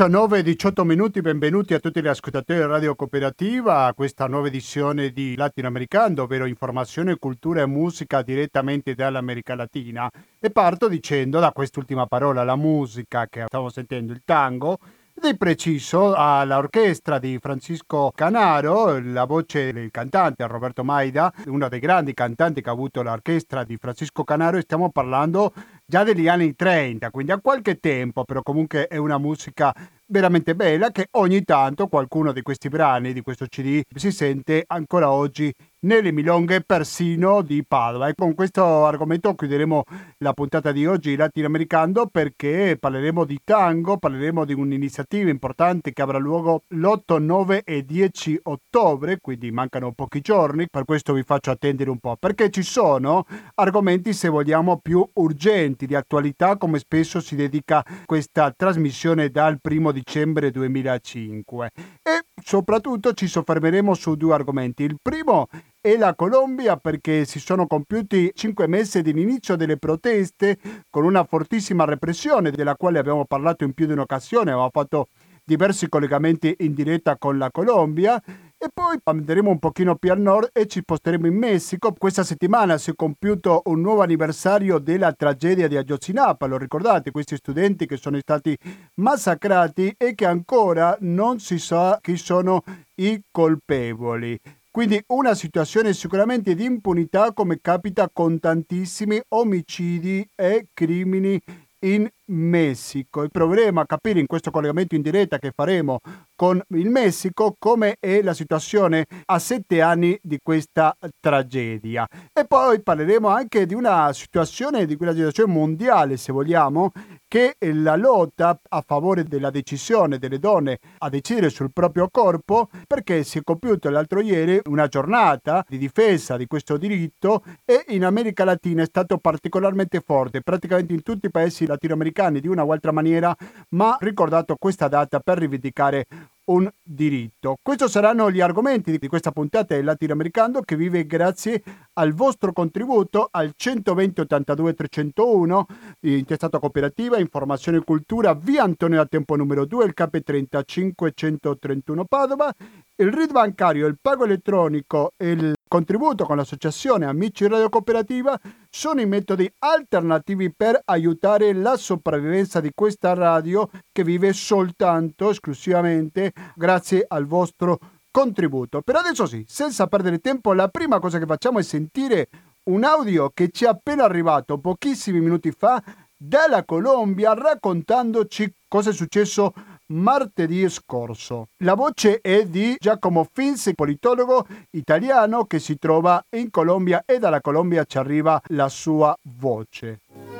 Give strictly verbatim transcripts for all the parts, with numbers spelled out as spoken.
diciannove e diciotto minuti, benvenuti a tutti gli ascoltatori di Radio Cooperativa a questa nuova edizione di Latinoamericano, ovvero informazione, cultura e musica direttamente dall'America Latina. E parto dicendo da quest'ultima parola, la musica che stavo sentendo, il tango, ed è preciso all'orchestra di Francisco Canaro, la voce del cantante Roberto Maida, uno dei grandi cantanti che ha avuto l'orchestra di Francisco Canaro, e stiamo parlando già degli anni trenta, quindi a qualche tempo, però comunque è una musica veramente bella che ogni tanto qualcuno di questi brani, di questo C D, si sente ancora oggi nelle milonghe persino di Padova. E con questo argomento chiuderemo la puntata di oggi latinoamericano, perché parleremo di tango, parleremo di un'iniziativa importante che avrà luogo l'otto, nove e dieci ottobre, quindi mancano pochi giorni, per questo vi faccio attendere un po', perché ci sono argomenti, se vogliamo, più urgenti, di attualità, come spesso si dedica questa trasmissione dal primo dicembre duemilacinque, e soprattutto ci soffermeremo su due argomenti. Il primo è la Colombia, perché si sono compiuti cinque mesi dall'inizio delle proteste, con una fortissima repressione della quale abbiamo parlato in più di un'occasione, abbiamo fatto diversi collegamenti in diretta con la Colombia. E poi andremo un pochino più al nord e ci sposteremo in Messico. Questa settimana si è compiuto un nuovo anniversario della tragedia di Ayotzinapa, lo ricordate? Questi studenti che sono stati massacrati e che ancora non si sa chi sono i colpevoli. Quindi una situazione sicuramente di impunità, come capita con tantissimi omicidi e crimini in Messico. E proveremo a capire in questo collegamento in diretta che faremo con il Messico come è la situazione a sette anni di questa tragedia. E poi parleremo anche di una situazione, di quella situazione mondiale, se vogliamo, che è la lotta a favore della decisione delle donne a decidere sul proprio corpo, perché si è compiuta l'altro ieri una giornata di difesa di questo diritto, e in America Latina è stato particolarmente forte, praticamente in tutti i paesi latinoamericani di una o altra maniera, ma ricordato questa data per rivendicare un diritto. Questi saranno gli argomenti di questa puntata del Latinoamericano, che vive grazie al vostro contributo al centoventi ottantadue trecentouno, intestato a Cooperativa, Informazione e Cultura, via Antonio da Tempo numero due, il K trentacinque centotrentuno Padova, il R I D bancario, il pago elettronico e il contributo con l'associazione Amici Radio Cooperativa sono i metodi alternativi per aiutare la sopravvivenza di questa radio, che vive soltanto, esclusivamente, grazie al vostro contributo. Per adesso sì, senza perdere tempo, la prima cosa che facciamo è sentire un audio che ci è appena arrivato pochissimi minuti fa dalla Colombia, raccontandoci cosa è successo martedì scorso. La voce è di Giacomo Finzi, politologo italiano che si trova in Colombia, e dalla Colombia ci arriva la sua voce.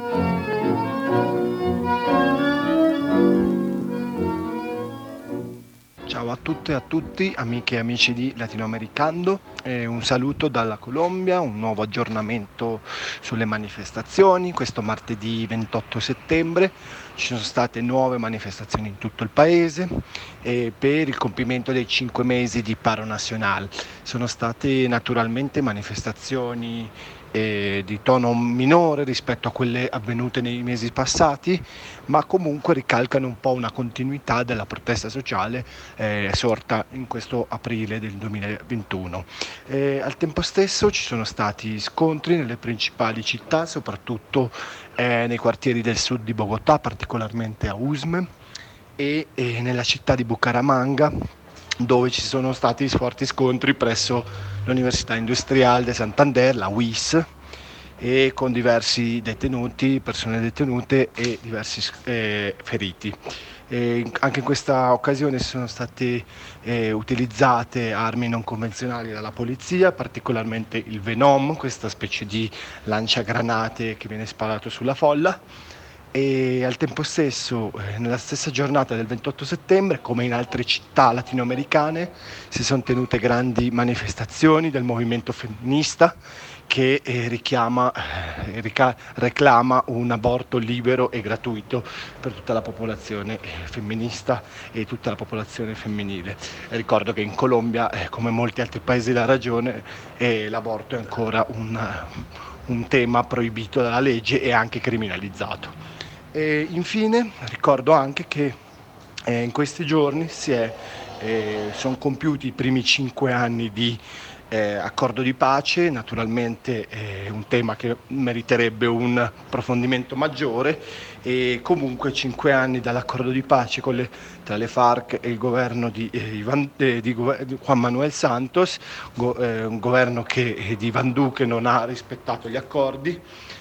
Ciao a tutte e a tutti, amiche e amici di Latinoamericano, eh, un saluto dalla Colombia, un nuovo aggiornamento sulle manifestazioni. Questo martedì ventotto settembre ci sono state nuove manifestazioni in tutto il paese eh, per il compimento dei cinque mesi di paro nazionale. Sono state naturalmente manifestazioni eh, di tono minore rispetto a quelle avvenute nei mesi passati, ma comunque ricalcano un po' una continuità della protesta sociale eh, sorta in questo aprile del duemilaventuno. Eh, al tempo stesso ci sono stati scontri nelle principali città, soprattutto eh, nei quartieri del sud di Bogotà, particolarmente a Usme, e, e nella città di Bucaramanga, dove ci sono stati forti scontri presso l'Università Industrial de Santander, la U I S, e con diversi detenuti, persone detenute e diversi eh, feriti. E anche in questa occasione sono state eh, utilizzate armi non convenzionali dalla polizia, particolarmente il Venom, questa specie di lanciagranate che viene sparato sulla folla. E al tempo stesso, eh, nella stessa giornata del ventotto settembre, come in altre città latinoamericane, si sono tenute grandi manifestazioni del movimento femminista che eh, richiama, eh, rica- reclama un aborto libero e gratuito per tutta la popolazione eh, femminista e tutta la popolazione femminile. E ricordo che in Colombia, eh, come molti altri paesi della regione, eh, l'aborto è ancora un, un tema proibito dalla legge e anche criminalizzato. E infine ricordo anche che Eh, in questi giorni si è, eh, sono compiuti i primi cinque anni di eh, accordo di pace, naturalmente è un tema che meriterebbe un approfondimento maggiore, e comunque cinque anni dall'accordo di pace con le, tra le FARC e il governo di, eh, Ivan- eh, di Go- di Juan Manuel Santos, go- eh, un governo che eh, di Van Duque non ha rispettato gli accordi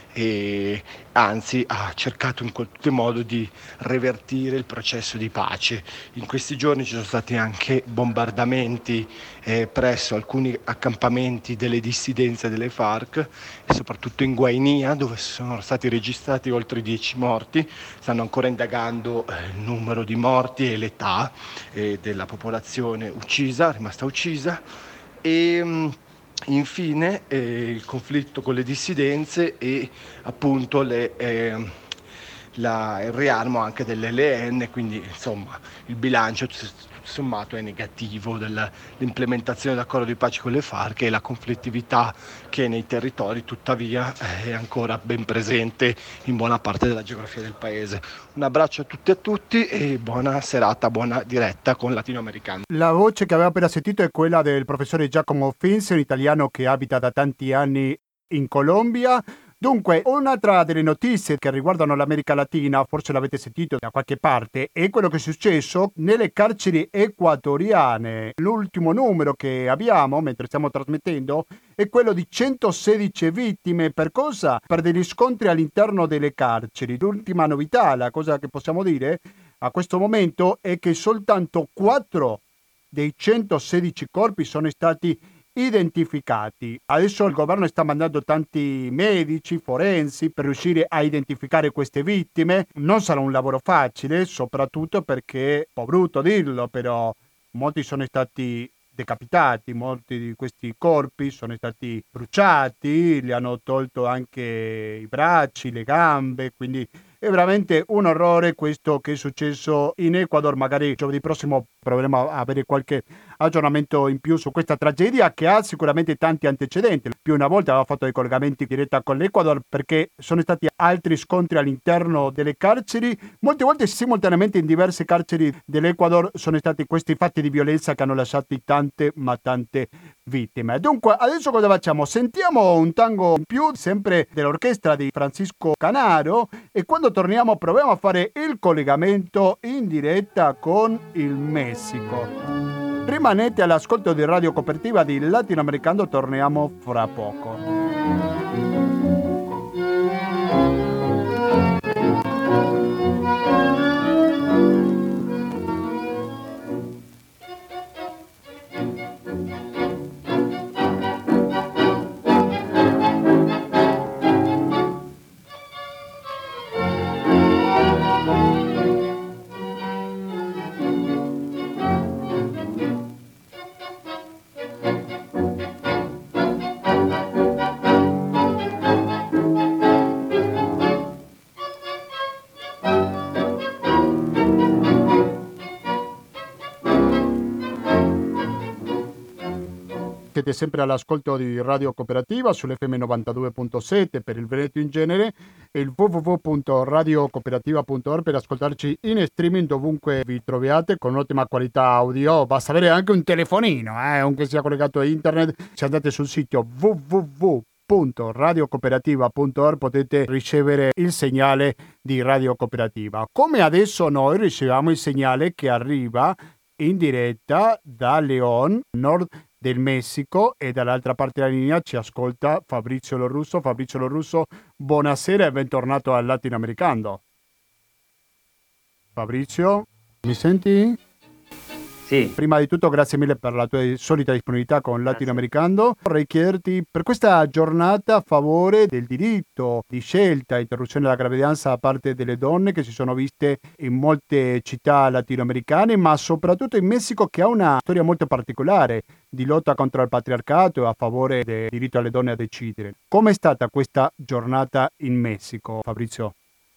e anzi ha cercato in qualche modo di revertire il processo di pace. In questi giorni ci sono stati anche bombardamenti eh, presso alcuni accampamenti delle dissidenze delle FARC e soprattutto in Guainia, dove sono stati registrati oltre dieci morti. Stanno ancora indagando eh, il numero di morti e l'età eh, della popolazione uccisa, rimasta uccisa. E mh, infine eh, il conflitto con le dissidenze e appunto le, eh, la- il riarmo anche dell'L N, quindi insomma il bilancio tutto sommato è negativo dell'implementazione dell'accordo di pace con le FARC e la conflittività che nei territori tuttavia è ancora ben presente in buona parte della geografia del paese. Un abbraccio a tutti e a tutti e buona serata, buona diretta con Latinoamericano. La voce che aveva appena sentito è quella del professore Giacomo Finzi, un italiano che abita da tanti anni in Colombia. Dunque, un'altra delle notizie che riguardano l'America Latina, forse l'avete sentito da qualche parte, è quello che è successo nelle carceri ecuatoriane. L'ultimo numero che abbiamo, mentre stiamo trasmettendo, è quello di centosedici vittime. Per cosa? Per degli scontri all'interno delle carceri. L'ultima novità, la cosa che possiamo dire a questo momento è che soltanto quattro dei centosedici corpi sono stati identificati. Adesso il governo sta mandando tanti medici forensi per riuscire a identificare queste vittime. Non sarà un lavoro facile, soprattutto perché, un po' brutto dirlo, però molti sono stati decapitati, molti di questi corpi sono stati bruciati, gli hanno tolto anche i bracci, le gambe, quindi è veramente un orrore questo che è successo in Ecuador. Magari giovedì prossimo proveremo a avere qualche aggiornamento in più su questa tragedia che ha sicuramente tanti antecedenti. Più una volta aveva fatto dei collegamenti diretta con l'Ecuador perché sono stati altri scontri all'interno delle carceri. Molte volte simultaneamente in diverse carceri dell'Ecuador sono stati questi fatti di violenza che hanno lasciato tante ma tante vittime. Dunque adesso cosa facciamo? Sentiamo un tango in più sempre dell'orchestra di Francisco Canaro e quando torniamo proviamo a fare il collegamento in diretta con il Messico. Rimanete all'ascolto di Radio Cooperativa di Latinoamericano, torniamo fra poco. Siete sempre all'ascolto di Radio Cooperativa sull'F M novantadue virgola sette per il Veneto in genere e il w w w punto radio cooperativa punto org per ascoltarci in streaming dovunque vi troviate con ottima qualità audio. Basta avere anche un telefonino, eh, aunque sia collegato a internet. Se andate sul sito w w w punto radio cooperativa punto org potete ricevere il segnale di Radio Cooperativa. Come adesso noi riceviamo il segnale che arriva in diretta da León, nord del Messico, e dall'altra parte della linea ci ascolta Fabrizio Lorusso. Fabrizio Lorusso, buonasera e bentornato al Latinoamericano. Fabrizio, mi senti? Sì. Prima di tutto grazie mille per la tua solita disponibilità con Latinoamericano. Vorrei chiederti per questa giornata a favore del diritto di scelta e interruzione della gravidanza da parte delle donne che si sono viste in molte città latinoamericane, ma soprattutto in Messico, che ha una storia molto particolare di lotta contro il patriarcato e a favore del diritto alle donne a decidere. Com'è stata questa giornata in Messico, Fabrizio?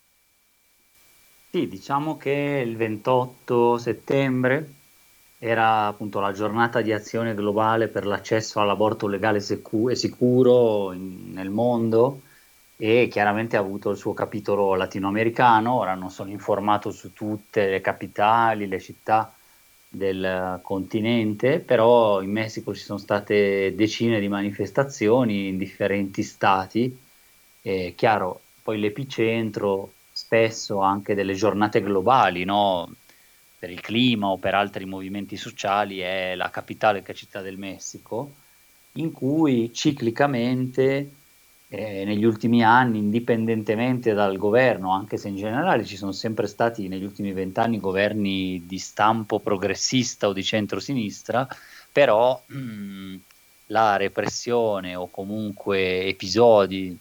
Sì, diciamo che il ventotto settembre era appunto la giornata di azione globale per l'accesso all'aborto legale secu- e sicuro in- nel mondo, e chiaramente ha avuto il suo capitolo latinoamericano. Ora non sono informato su tutte le capitali, le città del continente, però in Messico ci sono state decine di manifestazioni in differenti stati. E chiaro, poi l'epicentro spesso anche delle giornate globali, no? Per il clima o per altri movimenti sociali è la capitale, che è Città del Messico, in cui ciclicamente eh, negli ultimi anni, indipendentemente dal governo, anche se in generale ci sono sempre stati negli ultimi vent'anni governi di stampo progressista o di centrosinistra, però mh, la repressione o comunque episodi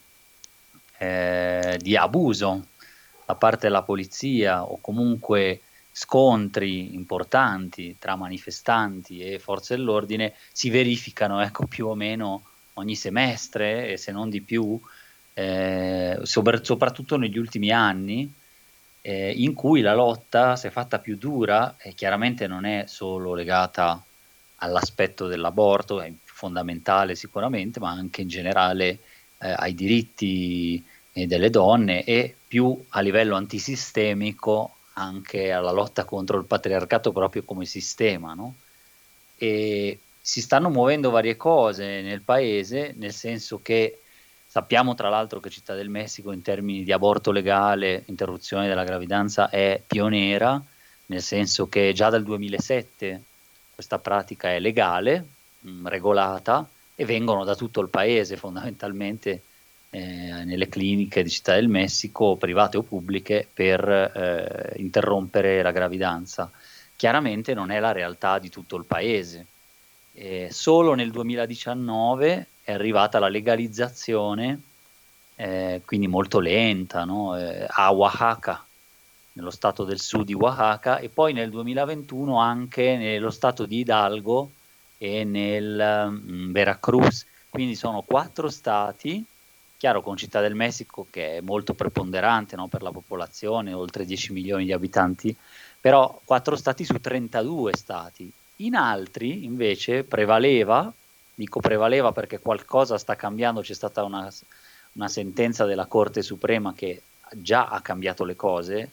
eh, di abuso da parte della polizia o comunque scontri importanti tra manifestanti e forze dell'ordine si verificano, ecco, più o meno ogni semestre, e se non di più, eh, sopra- soprattutto negli ultimi anni, eh, in cui la lotta si è fatta più dura, e chiaramente non è solo legata all'aspetto dell'aborto, è fondamentale sicuramente, ma anche in generale eh, ai diritti eh, delle donne, e più a livello antisistemico anche alla lotta contro il patriarcato proprio come sistema, no? E si stanno muovendo varie cose nel paese, nel senso che sappiamo tra l'altro che Città del Messico in termini di aborto legale, interruzione della gravidanza, è pioniera, nel senso che già dal duemilasette questa pratica è legale, mh, regolata, e vengono da tutto il paese fondamentalmente eh, nelle cliniche di Città del Messico, private o pubbliche, per eh, interrompere la gravidanza. Chiaramente non è la realtà di tutto il paese. Eh, solo nel duemiladiciannove è arrivata la legalizzazione, eh, quindi molto lenta, no? Eh, a Oaxaca, nello stato del sud di Oaxaca, e poi nel duemilaventuno anche nello stato di Hidalgo e nel mm, Veracruz. Quindi sono quattro stati, chiaro con Città del Messico che è molto preponderante, no, per la popolazione, oltre dieci milioni di abitanti, però quattro stati su trentadue stati. In altri invece prevaleva, dico prevaleva perché qualcosa sta cambiando, c'è stata una, una sentenza della Corte Suprema che già ha cambiato le cose,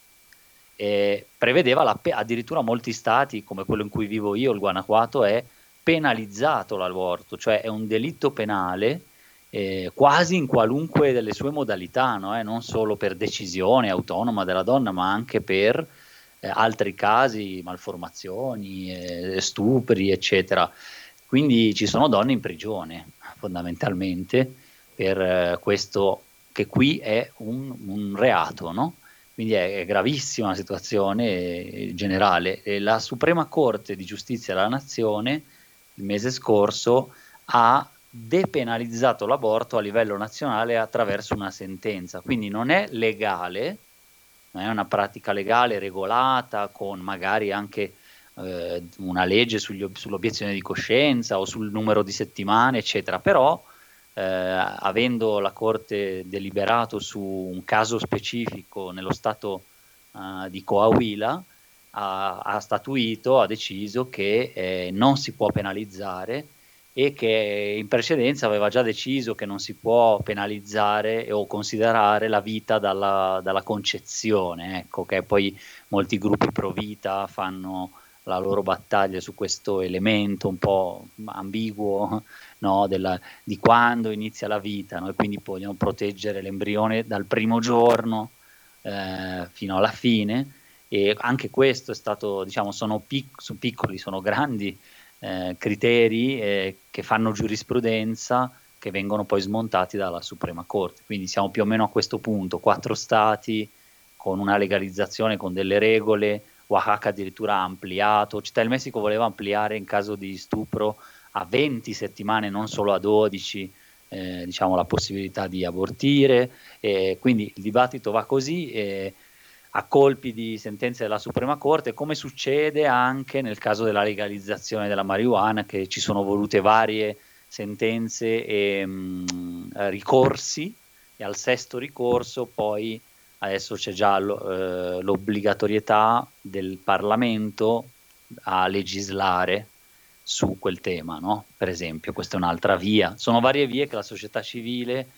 eh, prevedeva la pe- addirittura molti stati, come quello in cui vivo io, il Guanajuato, è penalizzato l'aborto, cioè è un delitto penale eh, quasi in qualunque delle sue modalità, no? Eh, non solo per decisione autonoma della donna, ma anche per eh, altri casi, malformazioni, eh, stupri, eccetera. Quindi ci sono donne in prigione, fondamentalmente, per eh, questo che qui è un, un reato, no? Quindi è, è gravissima la situazione eh, generale. E la Suprema Corte di Giustizia della Nazione il mese scorso ha depenalizzato l'aborto a livello nazionale attraverso una sentenza. Quindi non è legale, non è una pratica legale regolata con magari anche eh, una legge sugli, sull'obiezione di coscienza o sul numero di settimane, eccetera, però eh, avendo la Corte deliberato su un caso specifico nello stato eh, di Coahuila, ha, ha statuito, ha deciso che eh, non si può penalizzare, e che in precedenza aveva già deciso che non si può penalizzare o considerare la vita dalla, dalla concezione, ecco, che poi molti gruppi pro vita fanno la loro battaglia su questo elemento un po' ambiguo, no, della, di quando inizia la vita, no? E quindi vogliono proteggere l'embrione dal primo giorno eh, fino alla fine, e anche questo è stato, diciamo, sono, pic- sono piccoli, sono grandi eh, criteri eh, che fanno giurisprudenza, che vengono poi smontati dalla Suprema Corte. Quindi siamo più o meno a questo punto, quattro stati con una legalizzazione, con delle regole. Oaxaca addirittura ha ampliato, Città del Messico voleva ampliare in caso di stupro a venti settimane, non solo a dodici, eh, diciamo, la possibilità di abortire, eh, quindi il dibattito va così, eh, a colpi di sentenze della Suprema Corte, come succede anche nel caso della legalizzazione della marijuana, che ci sono volute varie sentenze e mh, ricorsi, e al sesto ricorso poi adesso c'è già lo, eh, l'obbligatorietà del Parlamento a legislare su quel tema, no? Per esempio, questa è un'altra via. Sono varie vie che la società civile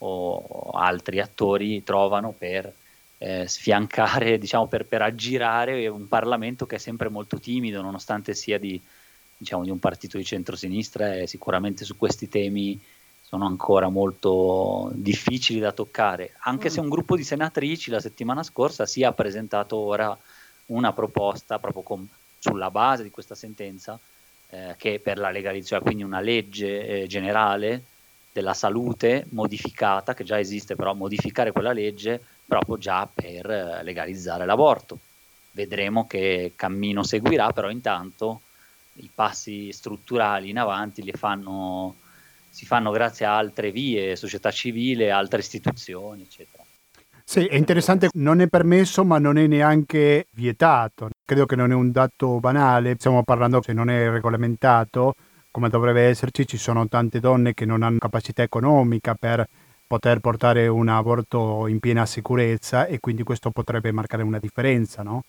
o altri attori trovano per eh, sfiancare, diciamo, per, per aggirare un Parlamento che è sempre molto timido, nonostante sia di, diciamo, di un partito di centrosinistra, e sicuramente su questi temi sono ancora molto difficili da toccare, anche se un gruppo di senatrici la settimana scorsa si è presentato ora una proposta proprio con, sulla base di questa sentenza, eh, che per la legalizzazione, quindi una legge eh, generale della salute modificata, che già esiste, però modificare quella legge proprio già per eh, legalizzare l'aborto. Vedremo che cammino seguirà, però intanto i passi strutturali in avanti li fanno, si fanno grazie a altre vie, società civile, altre istituzioni, eccetera. Sì, è interessante, non è permesso ma non è neanche vietato. Credo che non è un dato banale, stiamo parlando se non è regolamentato come dovrebbe esserci, ci sono tante donne che non hanno capacità economica per poter portare un aborto in piena sicurezza e quindi questo potrebbe marcare una differenza, no?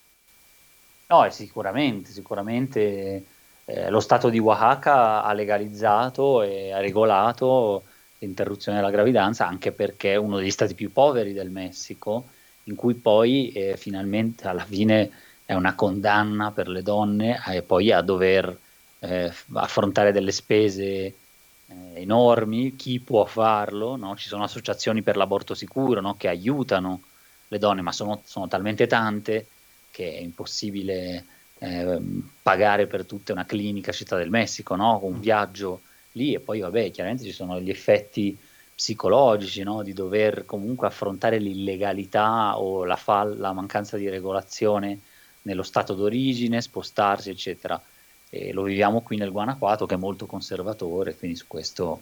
No, sicuramente, sicuramente eh, lo Stato di Oaxaca ha legalizzato e ha regolato l'interruzione della gravidanza, anche perché è uno degli stati più poveri del Messico, in cui poi eh, finalmente alla fine è una condanna per le donne e eh, poi a dover eh, affrontare delle spese eh, enormi. Chi può farlo, no? Ci sono associazioni per l'aborto sicuro, no? Che aiutano le donne, ma sono, sono talmente tante che è impossibile eh, pagare per tutte una clinica Città del Messico, no? Un viaggio lì, e poi vabbè, chiaramente ci sono gli effetti psicologici, no? Di dover comunque affrontare l'illegalità o la, fall- la mancanza di regolazione nello stato d'origine, spostarsi, eccetera. E lo viviamo qui nel Guanajuato, che è molto conservatore, quindi su questo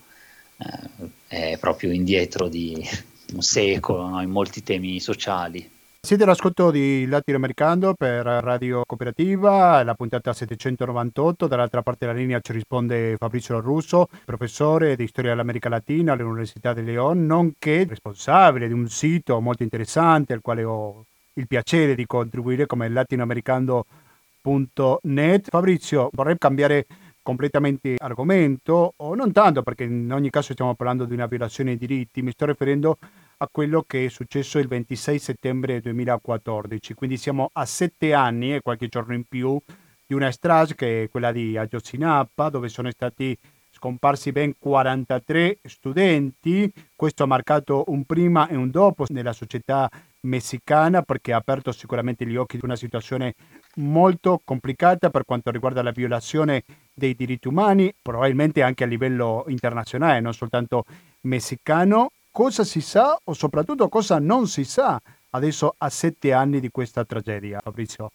eh, è proprio indietro di un secolo, no? In molti temi sociali. Siete all'ascolto di Latinoamericano per Radio Cooperativa, la puntata settecentonovantotto. Dall'altra parte della linea ci risponde Fabrizio Russo, professore di storia dell'America Latina all'Università di León, nonché responsabile di un sito molto interessante al quale ho il piacere di contribuire come latinoamericano punto net. Fabrizio, vorrei cambiare completamente argomento, o non tanto, perché in ogni caso stiamo parlando di una violazione dei diritti. Mi sto riferendo a quello che è successo il ventisei settembre duemilaquattordici, quindi siamo a sette anni e qualche giorno in più di una strage che è quella di Ayotzinapa, dove sono stati scomparsi ben quarantatré studenti. Questo ha marcato un prima e un dopo nella società messicana, perché ha aperto sicuramente gli occhi di una situazione molto complicata per quanto riguarda la violazione dei diritti umani, probabilmente anche a livello internazionale, non soltanto messicano. Cosa si sa o soprattutto cosa non si sa adesso a sette anni di questa tragedia, Fabrizio?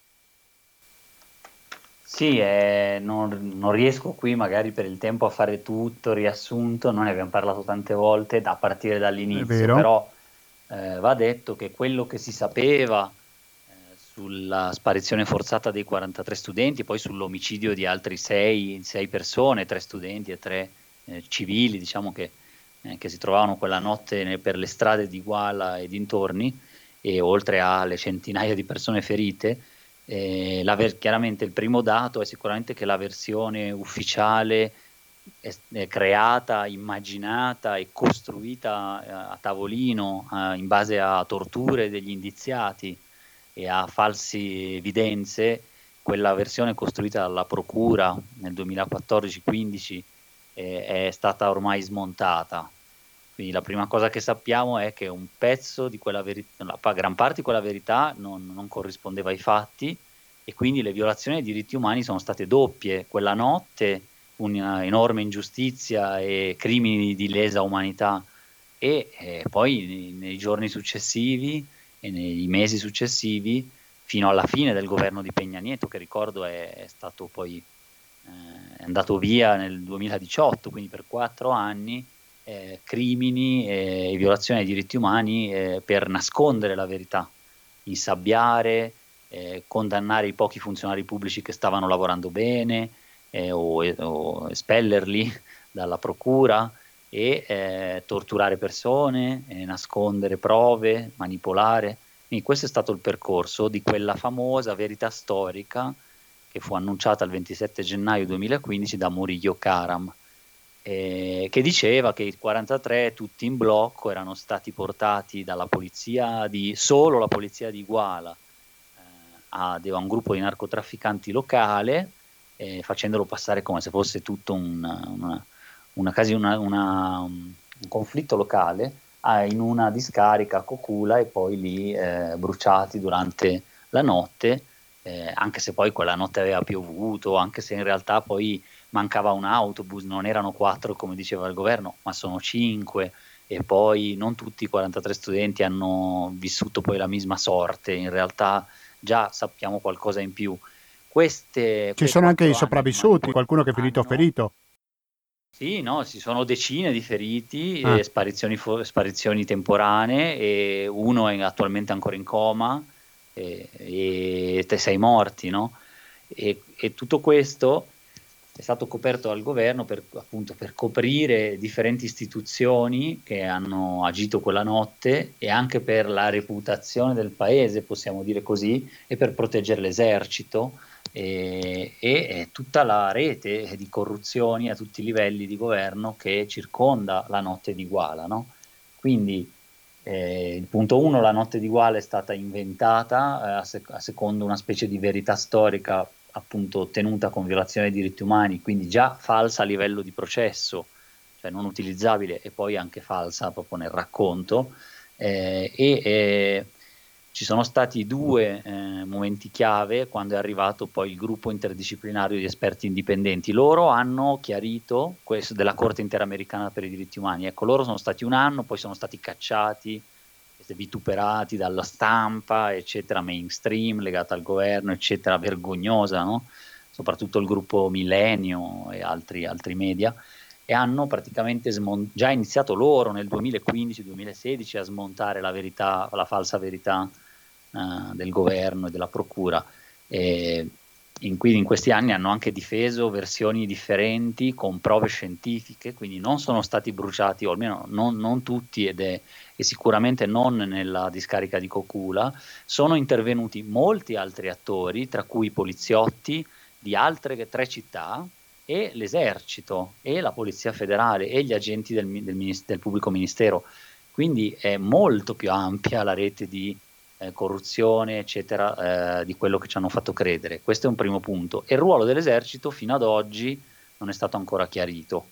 Sì, eh, non, non riesco qui magari per il tempo a fare tutto, riassunto, noi ne abbiamo parlato tante volte da partire È dall'inizio, vero? però eh, va detto che quello che si sapeva eh, sulla sparizione forzata dei quarantatré studenti, poi sull'omicidio di altri sei, sei persone, tre studenti e tre eh, civili, diciamo che, eh, che si trovavano quella notte ne- per le strade di Iguala e dintorni, e oltre alle centinaia di persone ferite. Eh, la ver- chiaramente il primo dato è sicuramente che la versione ufficiale è, è creata, immaginata e costruita eh, a tavolino eh, in base a torture degli indiziati e a false evidenze. Quella versione costruita dalla Procura nel duemilaquattordici quindici eh, è stata ormai smontata. Quindi la prima cosa che sappiamo è che un pezzo di quella verità, la gran parte di quella verità non, non corrispondeva ai fatti, e quindi le violazioni dei diritti umani sono state doppie. Quella notte una enorme ingiustizia e crimini di lesa umanità, e eh, poi nei, nei giorni successivi e nei mesi successivi, fino alla fine del governo di Peña Nieto, che ricordo è, è stato poi eh, è andato via nel duemiladiciotto, quindi per quattro anni, eh, crimini e violazioni dei diritti umani eh, per nascondere la verità, insabbiare, eh, condannare i pochi funzionari pubblici che stavano lavorando bene eh, o, o espellerli dalla procura, e eh, torturare persone, eh, nascondere prove, manipolare. Quindi questo è stato il percorso di quella famosa verità storica che fu annunciata il ventisette gennaio duemilaquindici da Murillo Karam. eh, che diceva che i quarantatré tutti in blocco erano stati portati dalla polizia di, solo la polizia di Iguala eh, a, a un gruppo di narcotrafficanti locale, eh, facendolo passare come se fosse tutto un, una, una, quasi una, una, un conflitto locale, a, in una discarica a Cocula e poi lì eh, bruciati durante la notte, eh, anche se poi quella notte aveva piovuto, anche se in realtà poi mancava un autobus, non erano quattro come diceva il governo, ma sono cinque, e poi non tutti i quarantatré studenti hanno vissuto poi la misma sorte, in realtà già sappiamo qualcosa in più. Queste, Ci quei sono anche i quattro anni sopravvissuti, qualcuno che è finito hanno... ferito. Sì, no, ci sono decine di feriti, Ah. e sparizioni, fo- sparizioni temporanee, e uno è attualmente ancora in coma, e, e te sei morti, no? E, e tutto questo è stato coperto dal governo per, appunto, per coprire differenti istituzioni che hanno agito quella notte, e anche per la reputazione del paese, possiamo dire così, e per proteggere l'esercito e, e, e tutta la rete di corruzioni a tutti i livelli di governo che circonda la notte di Iguala, no? Quindi eh, il punto uno, la notte di Iguala è stata inventata eh, a, sec- a secondo una specie di verità storica appunto ottenuta con violazione dei diritti umani, quindi già falsa a livello di processo, cioè non utilizzabile, e poi anche falsa proprio nel racconto. Eh, e eh, ci sono stati due eh, momenti chiave quando è arrivato poi il gruppo interdisciplinario di esperti indipendenti. Loro hanno chiarito, questo della Corte Interamericana per i diritti umani, ecco, loro sono stati un anno, poi sono stati cacciati, vituperati dalla stampa, eccetera, mainstream, legata al governo, eccetera, vergognosa, no? Soprattutto il gruppo Millennio e altri, altri media, e hanno praticamente smon- già iniziato loro nel duemilaquindici-duemilasedici a smontare la verità, la falsa verità eh, del governo e della procura. E in, quindi in questi anni hanno anche difeso versioni differenti con prove scientifiche, quindi non sono stati bruciati, o almeno non, non tutti, ed è, e sicuramente non nella discarica di Cocula. Sono intervenuti molti altri attori, tra cui poliziotti di altre tre città, e l'esercito, e la polizia federale, e gli agenti del, del, del pubblico ministero. Quindi è molto più ampia la rete di eh, corruzione, eccetera, eh, di quello che ci hanno fatto credere. Questo è un primo punto. E il ruolo dell'esercito fino ad oggi non è stato ancora chiarito.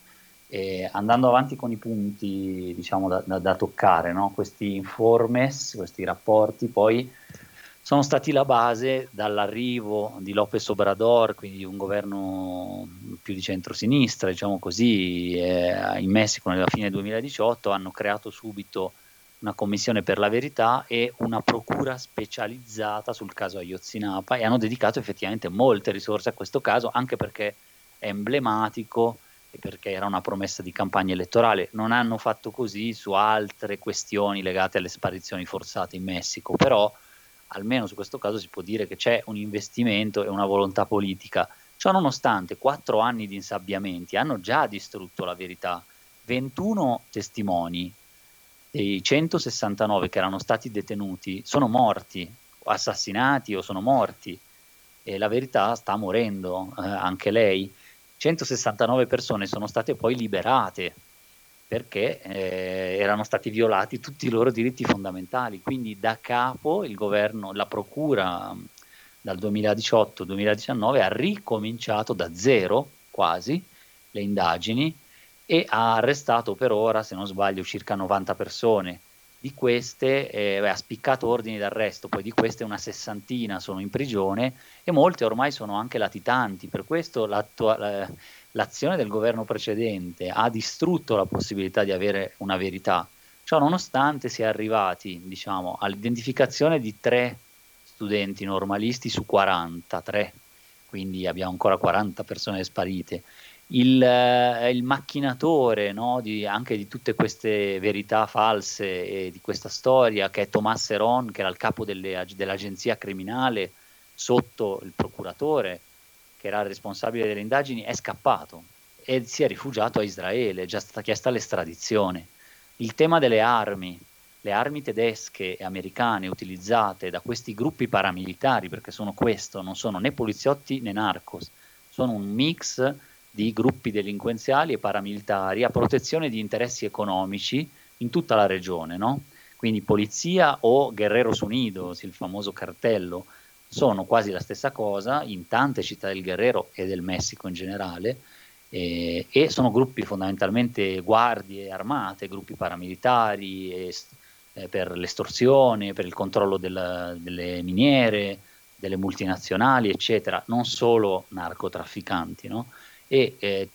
E andando avanti con i punti, diciamo, da, da, da toccare, no? Questi informes, questi rapporti, poi sono stati la base dall'arrivo di López Obrador, quindi un governo più di centrosinistra, diciamo così, eh, in Messico nella fine duemiladiciotto hanno creato subito una commissione per la verità e una procura specializzata sul caso Ayotzinapa, e hanno dedicato effettivamente molte risorse a questo caso, anche perché è emblematico e perché era una promessa di campagna elettorale. Non hanno fatto così su altre questioni legate alle sparizioni forzate in Messico, però almeno su questo caso si può dire che c'è un investimento e una volontà politica. Ciò nonostante, quattro anni di insabbiamenti hanno già distrutto la verità. ventuno testimoni dei centosessantanove che erano stati detenuti sono morti, assassinati o sono morti, e la verità sta morendo eh, anche lei. centosessantanove persone sono state poi liberate perché eh, erano stati violati tutti i loro diritti fondamentali. Quindi da capo il governo, la procura dal duemiladiciotto-duemiladiciannove ha ricominciato da zero quasi le indagini, e ha arrestato per ora, se non sbaglio, circa novanta persone. Di queste eh, beh, ha spiccato ordini d'arresto, poi di queste una sessantina sono in prigione, e molte ormai sono anche latitanti. Per questo l'azione del governo precedente ha distrutto la possibilità di avere una verità. Ciò nonostante si è arrivati, diciamo, all'identificazione di tre studenti normalisti su quarantatré, quindi abbiamo ancora quaranta persone sparite. Il, eh, il macchinatore, no, di, anche di tutte queste verità false e di questa storia, che è Tomás Herón, che era il capo delle, dell'agenzia criminale sotto il procuratore, che era il responsabile delle indagini, è scappato e si è rifugiato a Israele, è già stata chiesta l'estradizione. Il tema delle armi, le armi tedesche e americane utilizzate da questi gruppi paramilitari, perché sono questo, non sono né poliziotti né narcos, sono un mix di gruppi delinquenziali e paramilitari a protezione di interessi economici in tutta la regione, no? Quindi polizia o Guerreros Unidos, il famoso cartello, sono quasi la stessa cosa in tante città del Guerrero e del Messico in generale, eh, e sono gruppi fondamentalmente guardie armate, gruppi paramilitari e, eh, per l'estorsione, per il controllo del, delle miniere, delle multinazionali, eccetera, non solo narcotrafficanti, no? E eh,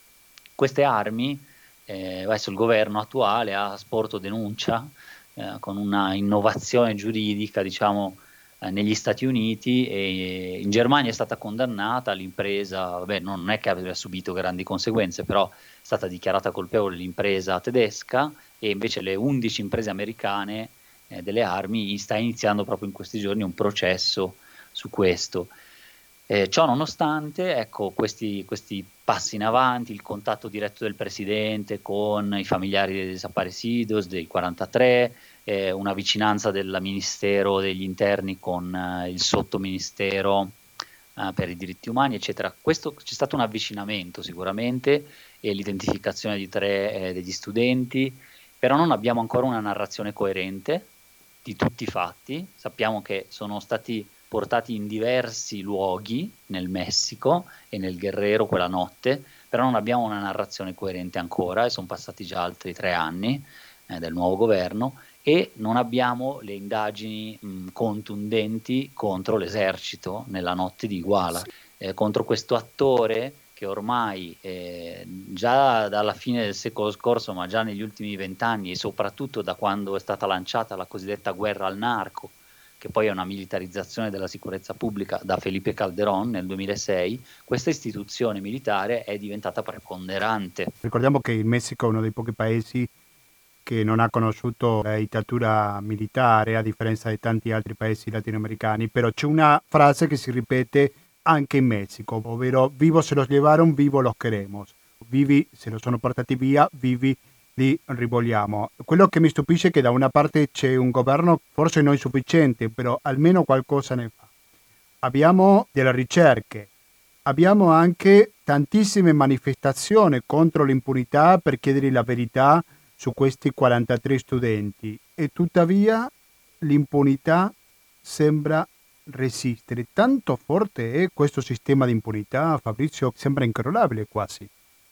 queste armi, eh, adesso il governo attuale ha sporto denuncia eh, con una innovazione giuridica, diciamo, eh, negli Stati Uniti, e in Germania è stata condannata l'impresa, vabbè, non è che abbia subito grandi conseguenze, però è stata dichiarata colpevole l'impresa tedesca, e invece le undici imprese americane eh, delle armi sta iniziando proprio in questi giorni un processo su questo. Eh, ciò nonostante, ecco, questi, questi passi in avanti, il contatto diretto del presidente con i familiari dei desaparecidos, dei quarantatré, eh, una vicinanza del Ministero degli Interni con eh, il sottoministero eh, per i diritti umani, eccetera. Questo c'è stato un avvicinamento sicuramente, e l'identificazione di tre eh, degli studenti, però non abbiamo ancora una narrazione coerente di tutti i fatti. Sappiamo che sono stati portati in diversi luoghi nel Messico e nel Guerrero quella notte, però non abbiamo una narrazione coerente ancora, e sono passati già altri tre anni eh, del nuovo governo, e non abbiamo le indagini mh, contundenti contro l'esercito nella notte di Iguala, eh, contro questo attore che ormai eh, già dalla fine del secolo scorso, ma già negli ultimi vent'anni, e soprattutto da quando è stata lanciata la cosiddetta guerra al narco, che poi è una militarizzazione della sicurezza pubblica da Felipe Calderón nel duemilasei, questa istituzione militare è diventata preponderante. Ricordiamo che il Messico è uno dei pochi paesi che non ha conosciuto la dittatura militare, a differenza di tanti altri paesi latinoamericani, però c'è una frase che si ripete anche in Messico, ovvero vivo se los llevaron, vivo los queremos. Vivi se lo sono portati via, vivi li rivogliamo. Quello che mi stupisce è che da una parte c'è un governo forse non sufficiente, però almeno qualcosa ne fa. Abbiamo delle ricerche, abbiamo anche tantissime manifestazioni contro l'impunità per chiedere la verità su questi quarantatré studenti, e tuttavia l'impunità sembra resistere. Tanto forte è questo sistema di impunità, Fabrizio, sembra incrollabile quasi.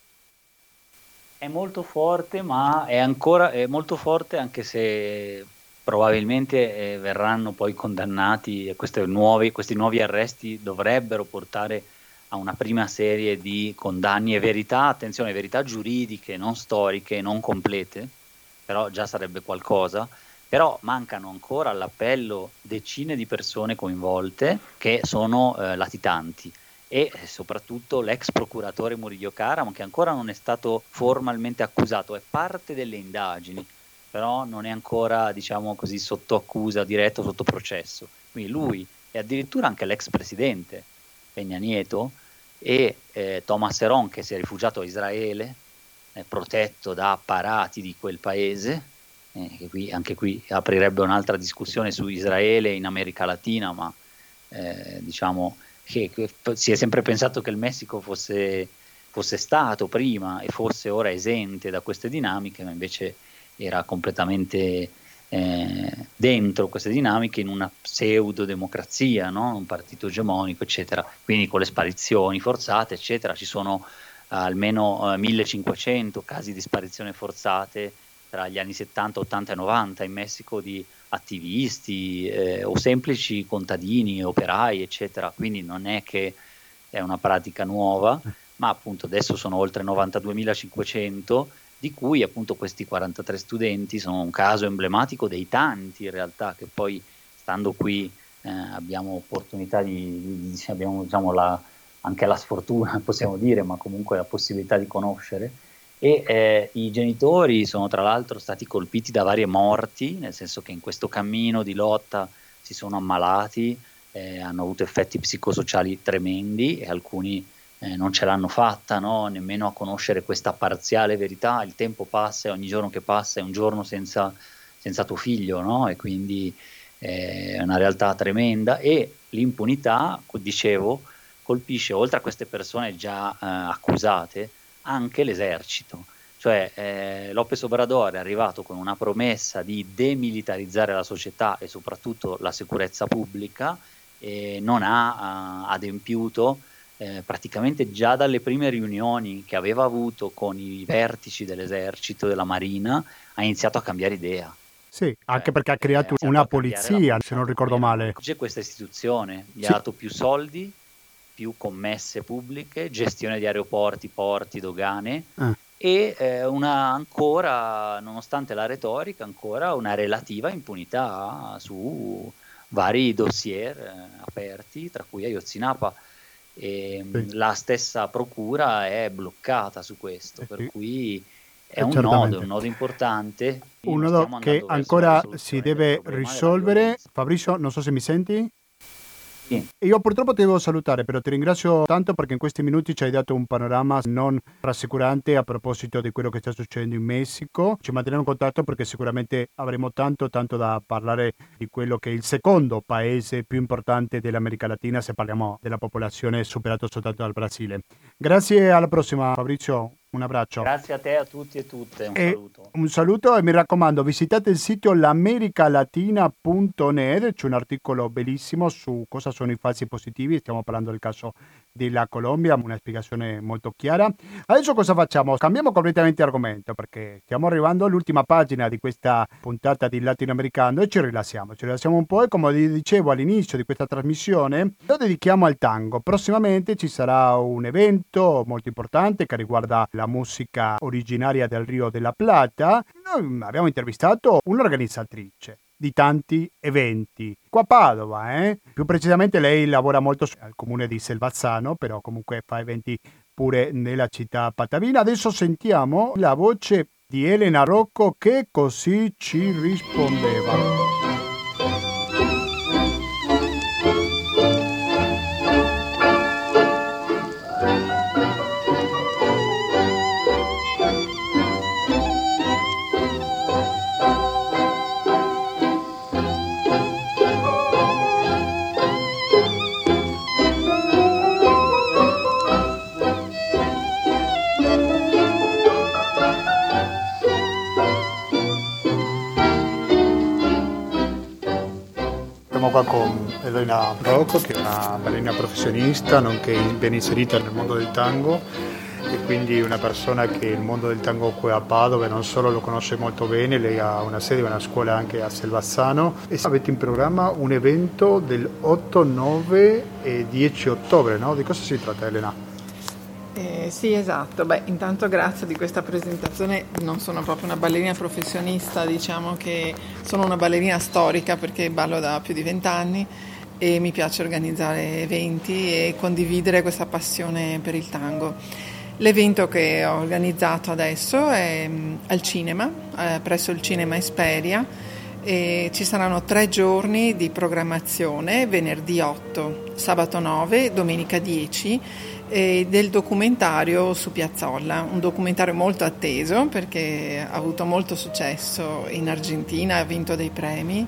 È molto forte, ma è ancora è molto forte, anche se probabilmente eh, verranno poi condannati, e queste nuove, questi nuovi arresti dovrebbero portare a una prima serie di condanne e verità, attenzione, verità giuridiche, non storiche, non complete, però già sarebbe qualcosa. Però mancano ancora all'appello decine di persone coinvolte che sono eh, latitanti, e soprattutto l'ex procuratore Murillo Caram, che ancora non è stato formalmente accusato, è parte delle indagini, però non è ancora, diciamo così, sotto accusa diretto, sotto processo. Quindi lui, e addirittura anche l'ex presidente Peña Nieto, e eh, Thomas Herón, che si è rifugiato a Israele, eh, protetto da apparati di quel paese, eh, che qui, anche qui aprirebbe un'altra discussione su Israele in America Latina, ma eh, diciamo che, che si è sempre pensato che il Messico fosse, fosse stato prima e fosse ora esente da queste dinamiche, ma invece era completamente eh, dentro queste dinamiche, in una pseudo-democrazia, no? Un partito egemonico, eccetera. Quindi con le sparizioni forzate, eccetera, ci sono almeno eh, millecinquecento casi di sparizione forzate tra gli anni settanta, ottanta e novanta in Messico, di attivisti eh, o semplici contadini, operai, eccetera. Quindi non è che è una pratica nuova, ma appunto adesso sono oltre novantaduemilacinquecento, di cui appunto questi quarantatré studenti sono un caso emblematico dei tanti in realtà, che poi stando qui eh, abbiamo opportunità di, di abbiamo diciamo la, anche la sfortuna, possiamo dire, ma comunque la possibilità di conoscere. E eh, i genitori sono tra l'altro stati colpiti da varie morti, nel senso che in questo cammino di lotta si sono ammalati, eh, hanno avuto effetti psicosociali tremendi, e alcuni eh, non ce l'hanno fatta, no? Nemmeno a conoscere questa parziale verità. Il tempo passa, e ogni giorno che passa è un giorno senza, senza tuo figlio, no? E quindi eh, è una realtà tremenda, e l'impunità, dicevo, colpisce, oltre a queste persone già eh, accusate, anche l'esercito. Cioè eh, López Obrador è arrivato con una promessa di demilitarizzare la società e soprattutto la sicurezza pubblica, e non ha uh, adempiuto eh, praticamente già dalle prime riunioni che aveva avuto con i vertici dell'esercito e della marina, ha iniziato a cambiare idea. Sì, anche perché ha creato eh, una polizia, se non ricordo male. C'è questa istituzione, gli sì. ha dato più soldi, più commesse pubbliche, gestione di aeroporti, porti, dogane, ah. e eh, una ancora, nonostante la retorica, ancora una relativa impunità su vari dossier eh, aperti, tra cui Ayotzinapa. E sì. La stessa procura è bloccata su questo, sì. per cui è un nodo, un nodo importante. Un nodo che ancora si deve risolvere. Fabrizio, non so se mi senti? Sì. Io purtroppo ti devo salutare, però ti ringrazio tanto perché in questi minuti ci hai dato un panorama non rassicurante a proposito di quello che sta succedendo in Messico. Ci manteniamo in contatto perché sicuramente avremo tanto tanto da parlare di quello che è il secondo paese più importante dell'America Latina, se parliamo della popolazione, superato soltanto dal Brasile. Grazie, alla prossima Fabrizio. Un abbraccio. Grazie a te, a tutti e tutte. Un e saluto. Un saluto e mi raccomando, visitate il sito l'americalatina punto net, c'è un articolo bellissimo su cosa sono i falsi positivi, stiamo parlando del caso della Colombia, una spiegazione molto chiara. Adesso cosa facciamo? Cambiamo completamente argomento perché stiamo arrivando all'ultima pagina di questa puntata di Latinoamericano e ci rilassiamo, ci rilassiamo un po' e come vi dicevo all'inizio di questa trasmissione lo dedichiamo al tango. Prossimamente ci sarà un evento molto importante che riguarda la musica originaria del Rio della Plata. Noi abbiamo intervistato un'organizzatrice di tanti eventi qua a Padova, eh? Più precisamente lei lavora molto al comune di Selvazzano, però comunque fa eventi pure nella città patavina. Adesso sentiamo la voce di Elena Rocco che così ci rispondeva. Qua con Elena Rocco, che è una ballerina professionista nonché ben inserita nel mondo del tango e quindi una persona che il mondo del tango qui a Padova non solo lo conosce molto bene, lei ha una sede, una scuola anche a Selvazzano e avete in programma un evento del otto, nove e dieci ottobre, no? Di cosa si tratta, Elena? Eh, sì, esatto. Beh, intanto grazie di questa presentazione. Non sono proprio una ballerina professionista, diciamo che sono una ballerina storica perché ballo da più di vent'anni e mi piace organizzare eventi e condividere questa passione per il tango. L'evento che ho organizzato adesso è al cinema, eh, presso il Cinema Esperia, e ci saranno tre giorni di programmazione: venerdì otto, sabato nove, domenica dieci, e del documentario su Piazzolla, un documentario molto atteso perché ha avuto molto successo in Argentina, ha vinto dei premi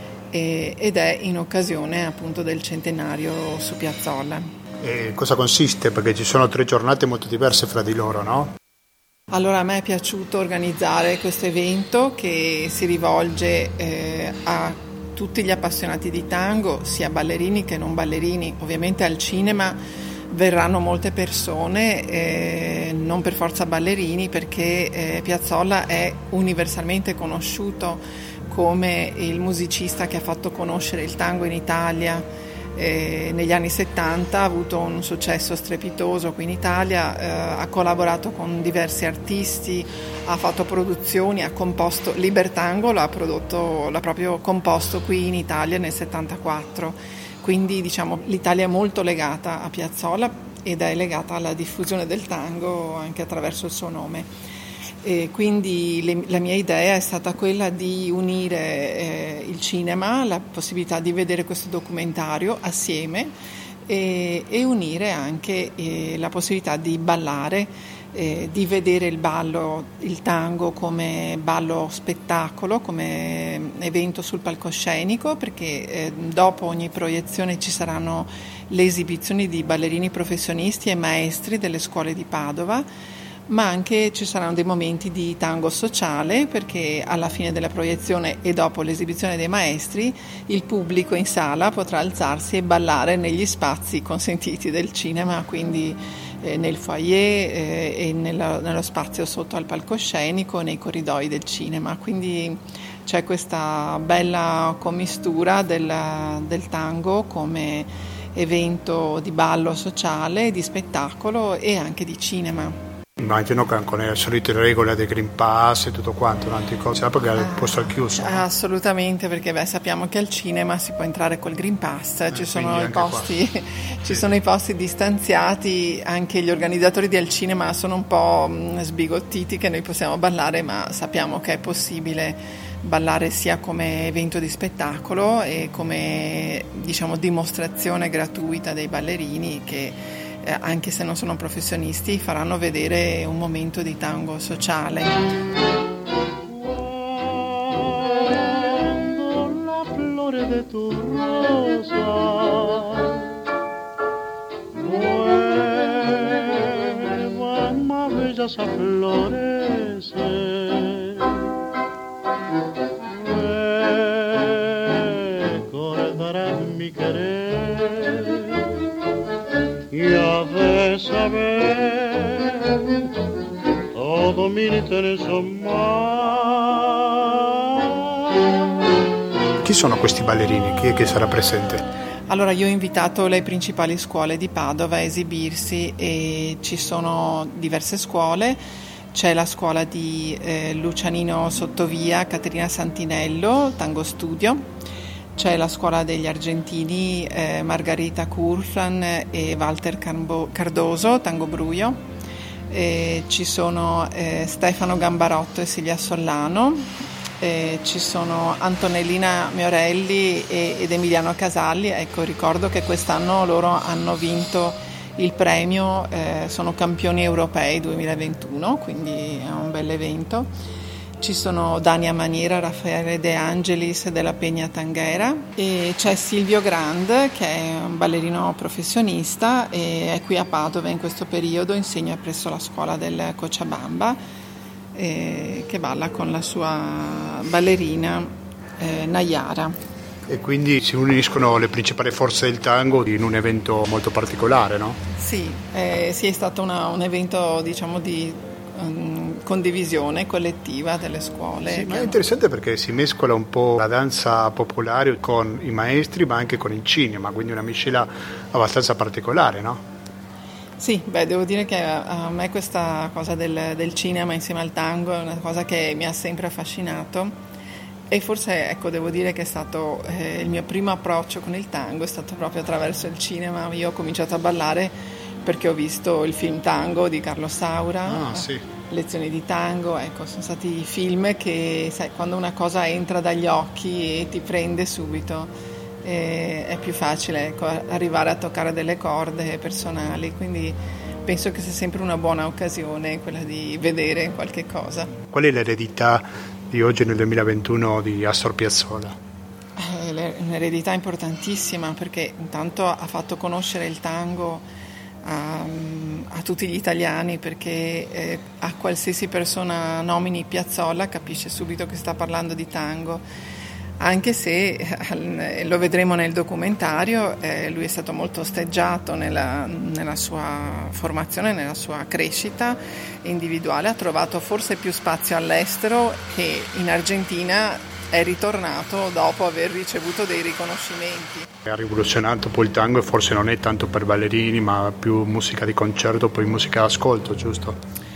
e, ed è in occasione appunto del centenario su Piazzolla. E cosa consiste? Perché ci sono tre giornate molto diverse fra di loro, no? Allora a me è piaciuto organizzare questo evento che si rivolge eh, a tutti gli appassionati di tango, sia ballerini che non ballerini. Ovviamente al cinema verranno molte persone, eh, non per forza ballerini, perché eh, Piazzolla è universalmente conosciuto come il musicista che ha fatto conoscere il tango in Italia. Eh, negli anni settanta ha avuto un successo strepitoso qui in Italia, eh, ha collaborato con diversi artisti, ha fatto produzioni, ha composto Libertango, l'ha prodotto, l'ha proprio composto qui in Italia nel settantaquattro. Quindi diciamo l'Italia è molto legata a Piazzolla ed è legata alla diffusione del tango anche attraverso il suo nome. E quindi le, la mia idea è stata quella di unire eh, il cinema, la possibilità di vedere questo documentario assieme e, e unire anche eh, la possibilità di ballare eh, di vedere il ballo, il tango come ballo spettacolo, come evento sul palcoscenico, perché eh, dopo ogni proiezione ci saranno le esibizioni di ballerini professionisti e maestri delle scuole di Padova, ma anche ci saranno dei momenti di tango sociale, perché alla fine della proiezione e dopo l'esibizione dei maestri il pubblico in sala potrà alzarsi e ballare negli spazi consentiti del cinema, quindi eh, nel foyer eh, e nella, nello spazio sotto al palcoscenico, nei corridoi del cinema. Quindi c'è questa bella commistura del, del tango come evento di ballo sociale, di spettacolo e anche di cinema. Immagino che con le solite regole del Green Pass e tutto quanto, tante cose, perché è il posto al chiuso. Assolutamente, perché beh, sappiamo che al cinema si può entrare col Green Pass, eh, ci, sono i posti, ci sì. sono i posti distanziati, anche gli organizzatori del cinema sono un po' sbigottiti che noi possiamo ballare, ma sappiamo che è possibile ballare sia come evento di spettacolo e come, diciamo, dimostrazione gratuita dei ballerini che Eh, anche se non sono professionisti, faranno vedere un momento di tango sociale. Cuando la flor de tu rosa vuelvan más bellas a florecer, recordarás mi querer y a de saber todo mi intenso mar. Chi sono questi ballerini? Chi è che sarà presente? Allora, io ho invitato le principali scuole di Padova a esibirsi e ci sono diverse scuole. C'è la scuola di eh, Lucianino Sottovia, Caterina Santinello, Tango Studio. C'è la scuola degli argentini eh, Margarita Curflan e Walter Carbo- Cardoso, Tango Bruio. E ci sono eh, Stefano Gambarotto e Silvia Sollano. E ci sono Antonellina Miorelli e, ed Emiliano Casalli. Ecco, ricordo che quest'anno loro hanno vinto il premio, eh, sono campioni europei duemilaventuno, quindi è un bel evento. Ci sono Dania Maniera, Raffaele De Angelis della Pegna Tanghera e c'è Silvio Grand che è un ballerino professionista e è qui a Padova in questo periodo, insegna presso la scuola del Cochabamba e che balla con la sua ballerina eh, Nayara. E quindi si uniscono le principali forze del tango in un evento molto particolare, no? Sì, eh, sì è stato una, un evento, diciamo, di condivisione collettiva delle scuole. Sì, ma è interessante perché si mescola un po' la danza popolare con i maestri ma anche con il cinema, quindi una miscela abbastanza particolare, no? Sì, beh, devo dire che a me questa cosa del, del cinema insieme al tango è una cosa che mi ha sempre affascinato e forse, ecco, devo dire che è stato eh, il mio primo approccio con il tango è stato proprio attraverso il cinema. Io ho cominciato a ballare perché ho visto il film Tango di Carlo Saura, ah, sì. Lezioni di tango, ecco, sono stati film che, sai, quando una cosa entra dagli occhi e ti prende subito, eh, è più facile, ecco, arrivare a toccare delle corde personali, quindi penso che sia sempre una buona occasione quella di vedere qualche cosa. Qual è l'eredità di oggi nel duemilaventuno di Astor Piazzolla? Eh, un'eredità importantissima perché intanto ha fatto conoscere il tango A, a tutti gli italiani, perché eh, a qualsiasi persona nomini Piazzolla capisce subito che sta parlando di tango, anche se eh, lo vedremo nel documentario, eh, lui è stato molto osteggiato nella, nella sua formazione, nella sua crescita individuale, ha trovato forse più spazio all'estero che in Argentina. È ritornato dopo aver ricevuto dei riconoscimenti. Ha rivoluzionato poi il tango e forse non è tanto per ballerini ma più musica di concerto, poi musica d'ascolto, giusto?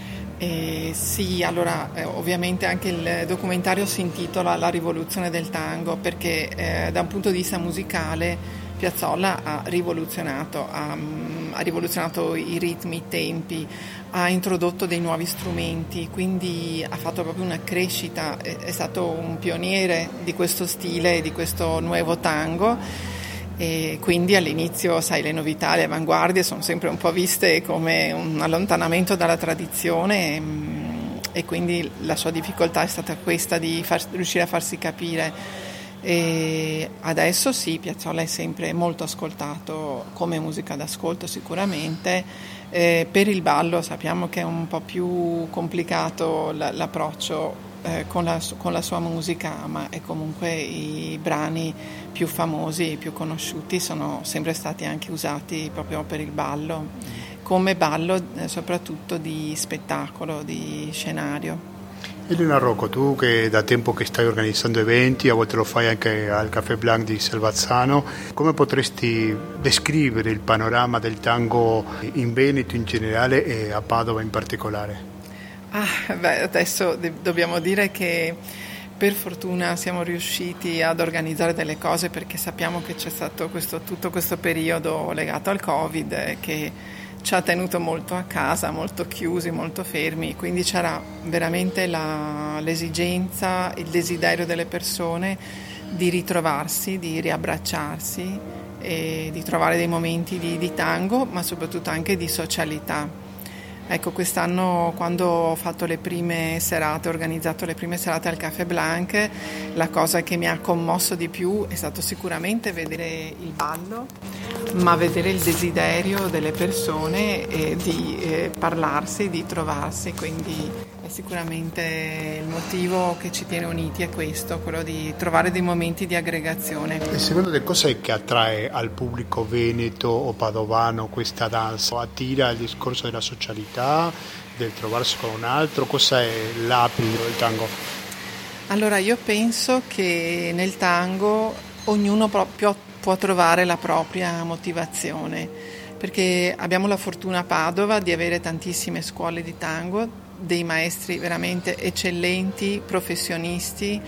Eh, sì, allora eh, ovviamente anche il documentario si intitola La rivoluzione del tango perché eh, da un punto di vista musicale Piazzolla ha rivoluzionato, ha, ha rivoluzionato i ritmi, i tempi, ha introdotto dei nuovi strumenti, quindi ha fatto proprio una crescita, è, è stato un pioniere di questo stile, di questo nuovo tango E quindi all'inizio, sai, le novità, le avanguardie sono sempre un po' viste come un allontanamento dalla tradizione, e, e quindi la sua difficoltà è stata questa di far, riuscire a farsi capire. E adesso sì, Piazzolla è sempre molto ascoltato come musica d'ascolto sicuramente. Eh, per il ballo sappiamo che è un po' più complicato l- l'approccio eh, con, la, con la sua musica, ma è comunque i brani più famosi e più conosciuti sono sempre stati anche usati proprio per il ballo, come ballo eh, soprattutto di spettacolo, di scenario. Elena Rocco, tu che da tempo che stai organizzando eventi, a volte lo fai anche al Café Blanc di Selvazzano, come potresti descrivere il panorama del tango in Veneto in generale e a Padova in particolare? Ah, beh, adesso de- dobbiamo dire che per fortuna siamo riusciti ad organizzare delle cose, perché sappiamo che c'è stato questo, tutto questo periodo legato al Covid eh, che ci ha tenuto molto a casa, molto chiusi, molto fermi, quindi c'era veramente la, l'esigenza, il desiderio delle persone di ritrovarsi, di riabbracciarsi e di trovare dei momenti di, di tango, ma soprattutto anche di socialità. Ecco, quest'anno quando ho fatto le prime serate, ho organizzato le prime serate al Café Blanc, la cosa che mi ha commosso di più è stato sicuramente vedere il ballo, ma vedere il desiderio delle persone eh, di eh, parlarsi, di trovarsi, quindi è sicuramente il motivo che ci tiene uniti è questo, quello di trovare dei momenti di aggregazione. E secondo te cosa è che attrae al pubblico veneto o padovano questa danza? Attira il discorso della socialità, del trovarsi con un altro? Cosa è l'appiglio del tango? Allora io penso che nel tango ognuno proprio può trovare la propria motivazione, perché abbiamo la fortuna a Padova di avere tantissime scuole di tango, dei maestri veramente eccellenti, professionisti,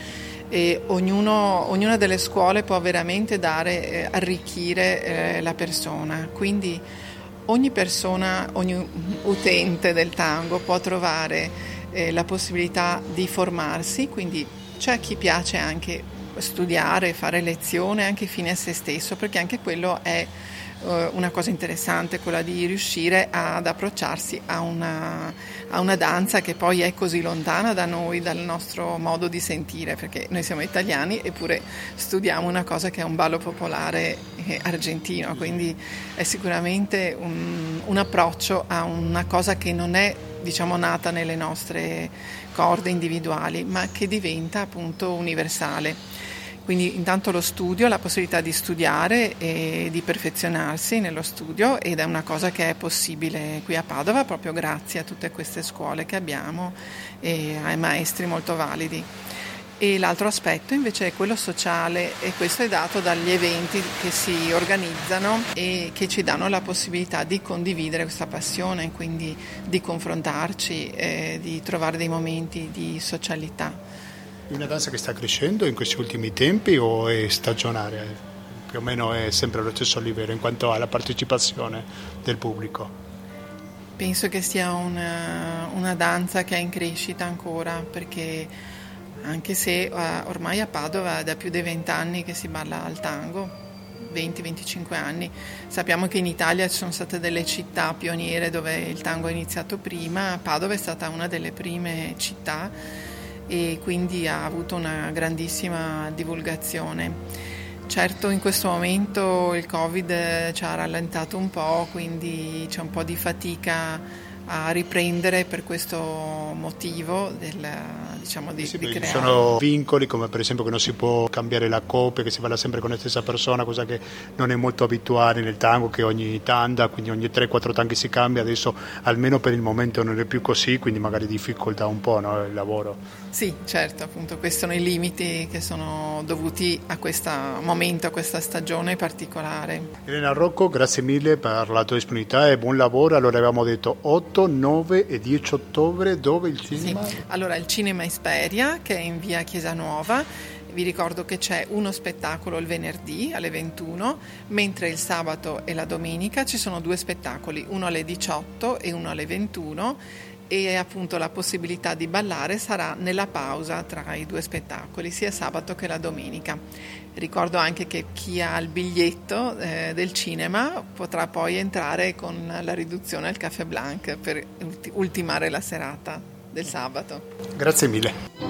e ognuno, ognuna delle scuole può veramente dare, eh, arricchire eh, la persona, quindi ogni persona, ogni utente del tango può trovare eh, la possibilità di formarsi, quindi c'è chi piace anche studiare, fare lezione anche fine a se stesso, perché anche quello è uh, una cosa interessante, quella di riuscire ad approcciarsi a una, a una danza che poi è così lontana da noi, dal nostro modo di sentire, perché noi siamo italiani eppure studiamo una cosa che è un ballo popolare eh, argentino, quindi è sicuramente un, un approccio a una cosa che non è, diciamo, nata nelle nostre corde individuali, ma che diventa appunto universale. Quindi intanto lo studio, la possibilità di studiare e di perfezionarsi nello studio, ed è una cosa che è possibile qui a Padova proprio grazie a tutte queste scuole che abbiamo e ai maestri molto validi. E l'altro aspetto invece è quello sociale, e questo è dato dagli eventi che si organizzano e che ci danno la possibilità di condividere questa passione, quindi di confrontarci e di trovare dei momenti di socialità. È una danza che sta crescendo in questi ultimi tempi o è stagionale? Più o meno è sempre allo stesso livello in quanto alla partecipazione del pubblico? Penso che sia una, una danza che è in crescita ancora, perché anche se uh, ormai a Padova è da più di vent'anni che si balla al tango, venti venticinque anni, sappiamo che in Italia ci sono state delle città pioniere dove il tango è iniziato prima, Padova è stata una delle prime città e quindi ha avuto una grandissima divulgazione. Certo, in questo momento il Covid ci ha rallentato un po', quindi c'è un po' di fatica a riprendere per questo motivo del, diciamo, di, sì, di creare. Ci sono vincoli come per esempio che non si può cambiare la coppia, che si balla sempre con la stessa persona, cosa che non è molto abituale nel tango, che ogni tanda, quindi ogni tre quattro tanchi si cambia. Adesso almeno per il momento non è più così, quindi magari difficolta un po', no, il lavoro. Sì, certo, appunto questi sono i limiti che sono dovuti a questo momento, a questa stagione particolare. Elena Rocco, grazie mille per la tua disponibilità e buon lavoro. Allora avevamo detto otto, nove e dieci ottobre, dove il cinema? Sì. Allora il Cinema Esperia, che è in via Chiesa Nuova. Vi ricordo che c'è uno spettacolo il venerdì alle ventuno, mentre il sabato e la domenica ci sono due spettacoli, uno alle diciotto e uno alle ventuno, e appunto la possibilità di ballare sarà nella pausa tra i due spettacoli, sia sabato che la domenica. Ricordo anche che chi ha il biglietto eh, del cinema potrà poi entrare con la riduzione al Café Blanc per ulti- ultimare la serata del sabato. Grazie mille.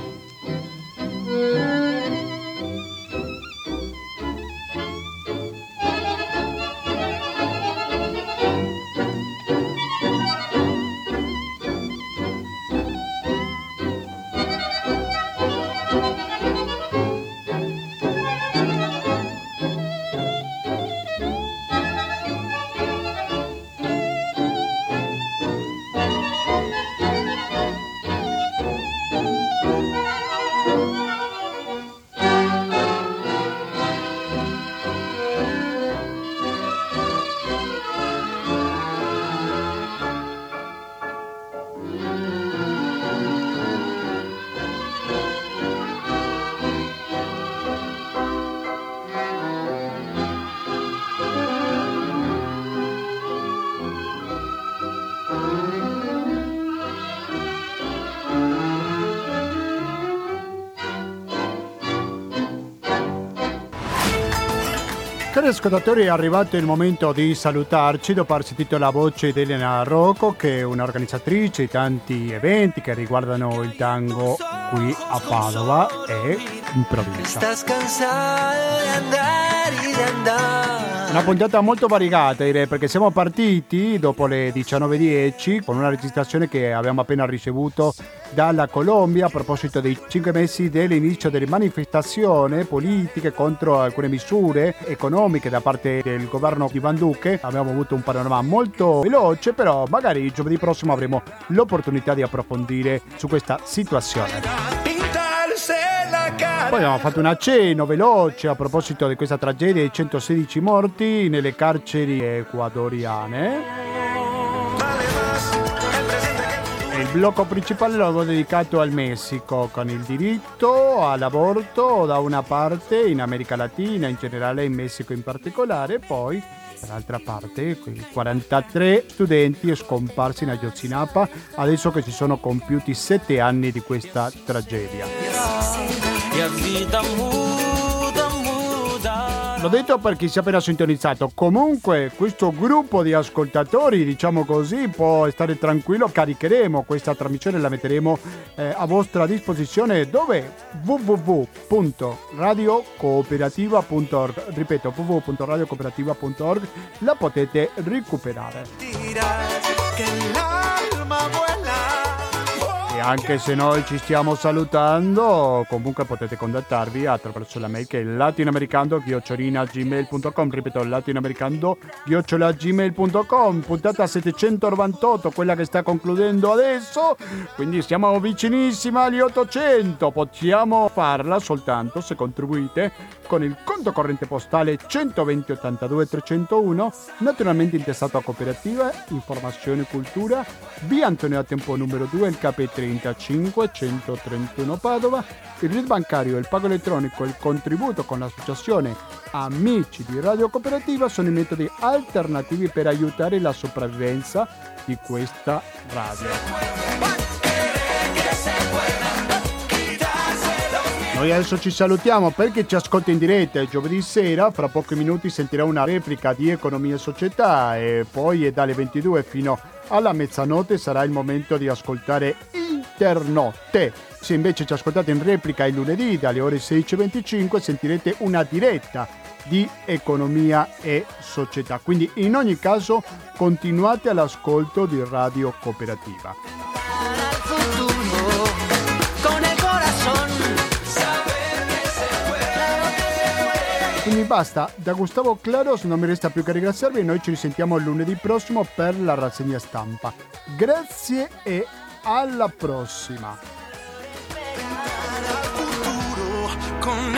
Cari ascoltatori, è arrivato il momento di salutarci dopo aver sentito la voce di Elena Rocco, che è un'organizzatrice di tanti eventi che riguardano il tango qui a Padova e in provincia. Una puntata molto variegata, direi, perché siamo partiti dopo le diciannove e dieci con una registrazione che abbiamo appena ricevuto dalla Colombia a proposito dei cinque mesi dell'inizio delle manifestazioni politiche contro alcune misure economiche da parte del governo di Iván Duque. Abbiamo avuto un panorama molto veloce, però magari giovedì prossimo avremo l'opportunità di approfondire su questa situazione. Poi abbiamo fatto un accenno veloce a proposito di questa tragedia di centosedici morti nelle carceri ecuadoriane. E il blocco principale l'avevo dedicato al Messico, con il diritto all'aborto da una parte in America Latina, in generale in Messico in particolare, poi dall'altra parte quei quarantatré studenti scomparsi in Ayotzinapa, adesso che si sono compiuti sette anni di questa tragedia. L'ho detto per chi si è appena sintonizzato. Comunque questo gruppo di ascoltatori, diciamo così, può stare tranquillo. Caricheremo questa trasmissione, la metteremo eh, a vostra disposizione dove? w w w punto radio cooperativa punto org. Ripeto, w w w punto radio cooperativa punto org. La potete recuperare. E anche se noi ci stiamo salutando, comunque potete contattarvi attraverso la mail che è latinoamericando chiocciola gmail punto com. Ripeto, latinoamericando chiocciola gmail punto com. Puntata settecentonovantotto, quella che sta concludendo adesso, quindi siamo vicinissima agli ottocento. Possiamo farla soltanto se contribuite con il conto corrente postale centoventi ottantadue trecentouno, naturalmente intestato a Cooperativa Informazione e Cultura, via Antonio a Tempo numero due, il K P trentacinque centotrentuno Padova. Il R I D bancario e il pago elettronico e il contributo con l'associazione Amici di Radio Cooperativa sono i metodi alternativi per aiutare la sopravvivenza di questa radio. Noi adesso ci salutiamo. Perché ci ascolta in diretta il giovedì sera, fra pochi minuti sentirà una replica di Economia e Società, e poi dalle ventidue fino alla mezzanotte sarà il momento di ascoltare Internotte. Se invece ci ascoltate in replica il lunedì dalle ore sedici e venticinque sentirete una diretta di Economia e Società. Quindi in ogni caso continuate all'ascolto di Radio Cooperativa. Quindi basta, da Gustavo Claros non mi resta più che ringraziarvi e noi ci risentiamo lunedì prossimo per la rassegna stampa. Grazie e alla prossima.